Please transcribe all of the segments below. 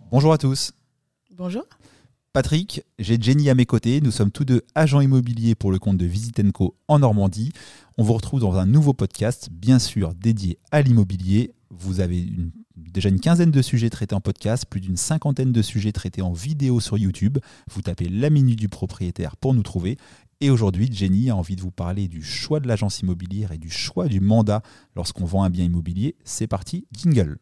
Bonjour à tous. Bonjour. Patrick, j'ai Jenny à mes côtés. Nous sommes tous deux agents immobiliers pour le compte de Visit & Co en Normandie. On vous retrouve dans un nouveau podcast, bien sûr dédié à l'immobilier. Vous avez déjà une quinzaine de sujets traités en podcast, plus d'une cinquantaine de sujets traités en vidéo sur YouTube. Vous tapez la minute du propriétaire pour nous trouver. Et aujourd'hui, Jenny a envie de vous parler du choix de l'agence immobilière et du choix du mandat lorsqu'on vend un bien immobilier. C'est parti, jingle.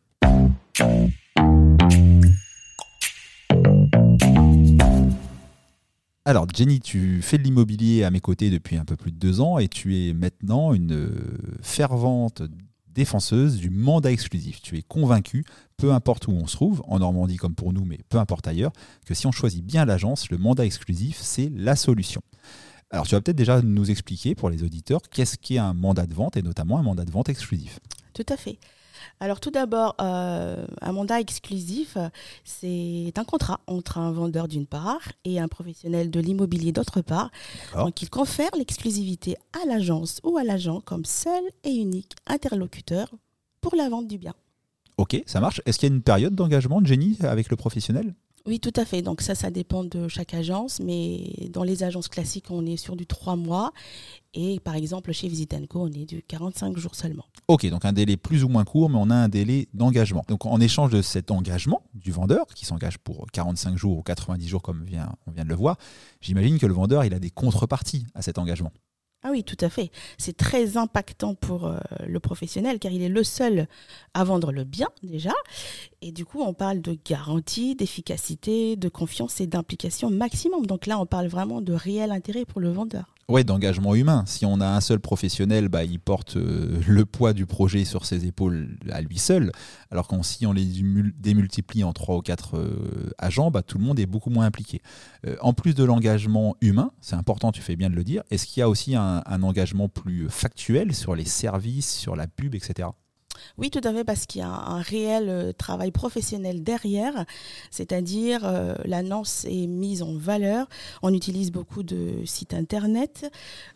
Alors Jenny, tu fais de l'immobilier à mes côtés depuis un peu plus de 2 ans et tu es maintenant une fervente défenseuse du mandat exclusif. Tu es convaincue, peu importe où on se trouve, en Normandie comme pour nous, mais peu importe ailleurs, que si on choisit bien l'agence, le mandat exclusif, c'est la solution. Alors tu vas peut-être déjà nous expliquer pour les auditeurs qu'est-ce qu'est un mandat de vente et notamment un mandat de vente exclusif. Tout à fait. Alors tout d'abord, un mandat exclusif, c'est un contrat entre un vendeur d'une part et un professionnel de l'immobilier d'autre part. Donc il confère l'exclusivité à l'agence ou à l'agent comme seul et unique interlocuteur pour la vente du bien. Ok, ça marche. Est-ce qu'il y a une période d'engagement, Jenny, avec le professionnel ? Oui, tout à fait. Donc ça dépend de chaque agence, mais dans les agences classiques, on est sur du 3 mois. Et par exemple, chez Visit & Co, on est du 45 jours seulement. Ok, donc un délai plus ou moins court, mais on a un délai d'engagement. Donc en échange de cet engagement du vendeur, qui s'engage pour 45 jours ou 90 jours comme on vient de le voir, j'imagine que le vendeur il a des contreparties à cet engagement. Ah oui, tout à fait. C'est très impactant pour le professionnel car il est le seul à vendre le bien déjà. Et du coup, on parle de garantie, d'efficacité, de confiance et d'implication maximum. Donc là, on parle vraiment de réel intérêt pour le vendeur. Ouais, d'engagement humain. Si on a un seul professionnel, il porte le poids du projet sur ses épaules à lui seul. Alors que si on les démultiplie en 3 ou 4 agents, tout le monde est beaucoup moins impliqué. En plus de l'engagement humain, c'est important, tu fais bien de le dire, est-ce qu'il y a aussi un engagement plus factuel sur les services, sur la pub, etc. Oui, tout à fait, parce qu'il y a un réel travail professionnel derrière, c'est-à-dire l'annonce est mise en valeur. On utilise beaucoup de sites internet,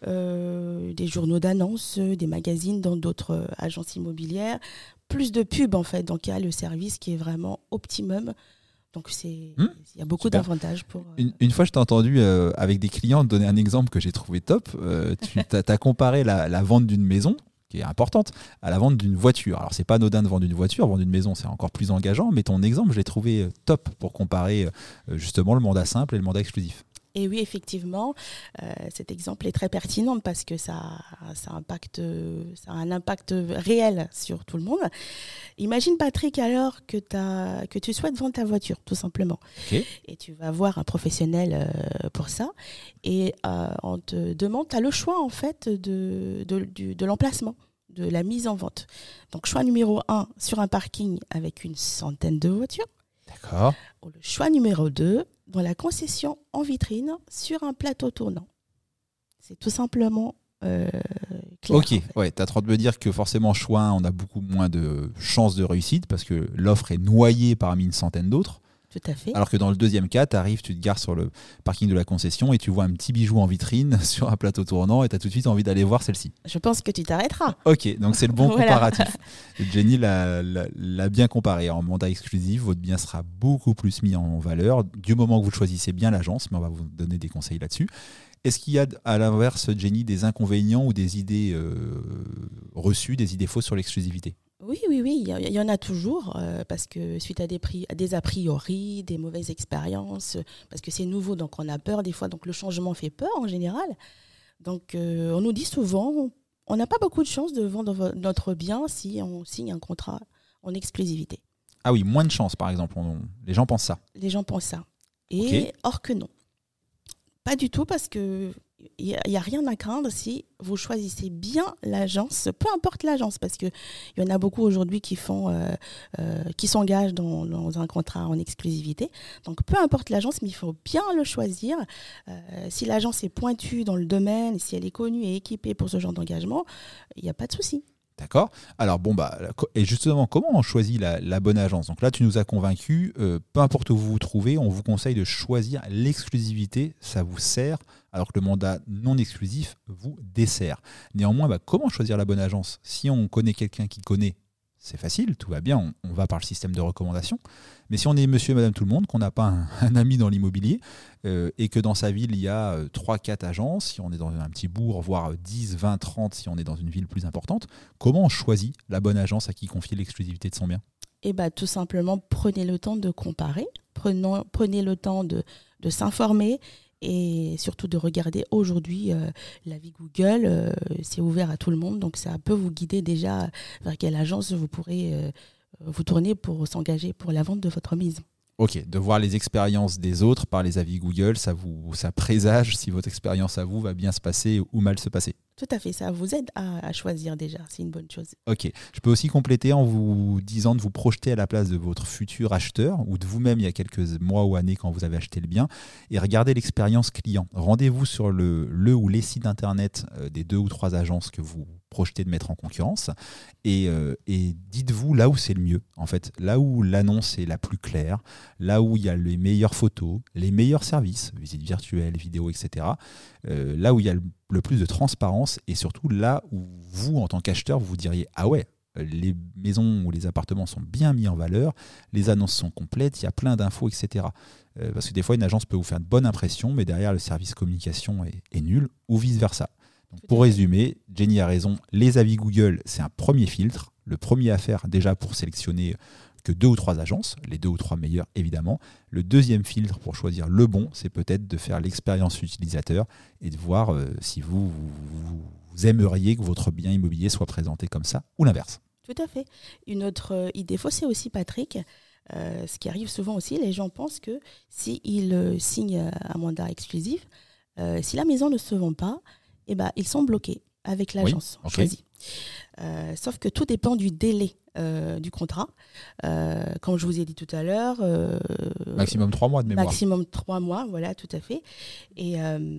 des journaux d'annonces, des magazines dans d'autres agences immobilières, plus de pubs en fait. Donc il y a le service qui est vraiment optimum. Donc il y a beaucoup d'avantages pour... Une fois, je t'ai entendu avec des clients donner un exemple que j'ai trouvé top. Tu as comparé la vente d'une maison, qui est importante, à la vente d'une voiture. Alors, c'est pas anodin de vendre une voiture, vendre une maison, c'est encore plus engageant, mais ton exemple, je l'ai trouvé top pour comparer justement le mandat simple et le mandat exclusif. Et oui, effectivement, cet exemple est très pertinent parce que ça a un impact réel sur tout le monde. Imagine, Patrick, alors que tu souhaites vendre ta voiture, tout simplement. Okay. Et tu vas voir un professionnel pour ça. Et on te demande, tu as le choix, en fait, de l'emplacement, de la mise en vente. Donc, choix numéro 1, sur un parking avec une centaine de voitures. D'accord. Ou le choix numéro 2, dans la concession en vitrine sur un plateau tournant. C'est tout simplement clair. Ok, en fait. ouais, tu as trop de me dire que forcément, choix 1, on a beaucoup moins de chances de réussite parce que l'offre est noyée parmi une centaine d'autres. Tout à fait. Alors que dans le deuxième cas, tu arrives, tu te gares sur le parking de la concession et tu vois un petit bijou en vitrine sur un plateau tournant et tu as tout de suite envie d'aller voir celle-ci. Je pense que tu t'arrêteras. Ok, donc c'est le bon Voilà. comparatif. Jenny l'a bien comparé. En mandat exclusif, votre bien sera beaucoup plus mis en valeur du moment que vous choisissez bien l'agence, mais on va vous donner des conseils là-dessus. Est-ce qu'il y a à l'inverse, Jenny, des inconvénients ou des idées reçues, des idées fausses sur l'exclusivité ? Oui, il y en a toujours, parce que suite à des a priori, des mauvaises expériences, parce que c'est nouveau, donc on a peur des fois, donc le changement fait peur en général. Donc on nous dit souvent, on n'a pas beaucoup de chance de vendre notre bien si on signe un contrat en exclusivité. Ah oui, moins de chance par exemple, les gens pensent ça. Les gens pensent ça. Et Okay. Or que non. Pas du tout, parce que il n'y a rien à craindre si vous choisissez bien l'agence, peu importe l'agence, parce qu'il y en a beaucoup aujourd'hui qui s'engagent dans un contrat en exclusivité. Donc peu importe l'agence, mais il faut bien le choisir. Si l'agence est pointue dans le domaine, si elle est connue et équipée pour ce genre d'engagement, il n'y a pas de souci. D'accord. Alors et justement, comment on choisit la bonne agence ? Donc là, tu nous as convaincus, peu importe où vous vous trouvez, on vous conseille de choisir l'exclusivité, ça vous sert, alors que le mandat non exclusif vous dessert. Néanmoins, comment choisir la bonne agence ? Si on connaît quelqu'un qui connaît, c'est facile, tout va bien, on va par le système de recommandation. Mais si on est monsieur et madame tout le monde, qu'on n'a pas un ami dans l'immobilier et que dans sa ville, il y a 3-4 agences, si on est dans un petit bourg, voire 10, 20, 30 si on est dans une ville plus importante, comment on choisit la bonne agence à qui confier l'exclusivité de son bien ? Et tout simplement, prenez le temps de comparer, prenez le temps de s'informer et surtout de regarder aujourd'hui l'avis Google, c'est ouvert à tout le monde, donc ça peut vous guider déjà vers quelle agence vous pourrez vous tourner pour s'engager pour la vente de votre maison. Ok, de voir les expériences des autres par les avis Google, ça présage si votre expérience à vous va bien se passer ou mal se passer. Tout à fait, ça vous aide à choisir déjà, c'est une bonne chose. Ok, je peux aussi compléter en vous disant de vous projeter à la place de votre futur acheteur ou de vous-même il y a quelques mois ou années quand vous avez acheté le bien et regardez l'expérience client. Rendez-vous sur le ou les sites internet des 2 ou 3 agences que vous projetez de mettre en concurrence et dites-vous là où c'est le mieux. En fait, là où l'annonce est la plus claire, là où il y a les meilleures photos, les meilleurs services, visites virtuelles, vidéos, etc. Là où il y a le plus de transparence et surtout là où vous, en tant qu'acheteur, vous diriez « Ah ouais, les maisons ou les appartements sont bien mis en valeur, les annonces sont complètes, il y a plein d'infos, etc. » Parce que des fois, une agence peut vous faire une bonne impression, mais derrière, le service communication est nul ou vice-versa. Donc, pour résumer, Jenny a raison, les avis Google, c'est un premier filtre, le premier à faire déjà pour sélectionner que 2 ou 3 agences, les 2 ou 3 meilleures évidemment. Le deuxième filtre pour choisir le bon, c'est peut-être de faire l'expérience utilisateur et de voir si vous aimeriez que votre bien immobilier soit présenté comme ça ou l'inverse. Tout à fait. Une autre idée fausse aussi, Patrick, ce qui arrive souvent aussi, les gens pensent que s'ils signent un mandat exclusif, si la maison ne se vend pas, ils sont bloqués avec l'agence choisie. Sauf que tout dépend du délai du contrat. Comme je vous ai dit tout à l'heure. Maximum 3 mois de mémoire. Maximum 3 mois, voilà, tout à fait. Et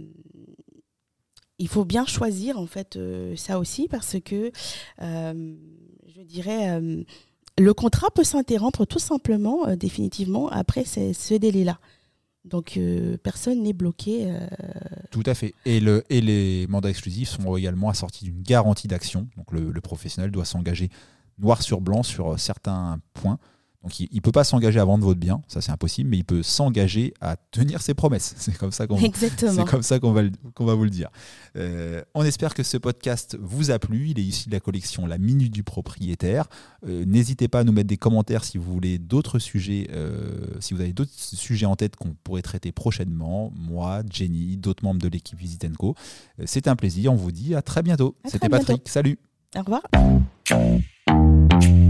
il faut bien choisir, en fait, ça aussi, parce que, je dirais, le contrat peut s'interrompre tout simplement, définitivement, après ce délai-là. Donc, personne n'est bloqué. Tout à fait. Et les mandats exclusifs sont également assortis d'une garantie d'action. Donc, le professionnel doit s'engager noir sur blanc sur certains points. Donc, il ne peut pas s'engager à vendre votre bien, ça c'est impossible, mais il peut s'engager à tenir ses promesses. C'est comme ça qu'on va vous le dire. On espère que ce podcast vous a plu. Il est issu de la collection La Minute du Propriétaire. N'hésitez pas à nous mettre des commentaires si vous voulez d'autres sujets, si vous avez d'autres sujets en tête qu'on pourrait traiter prochainement. Moi, Jenny, d'autres membres de l'équipe Visit & Co. C'est un plaisir. On vous dit à très bientôt. C'était Patrick. Salut. Au revoir.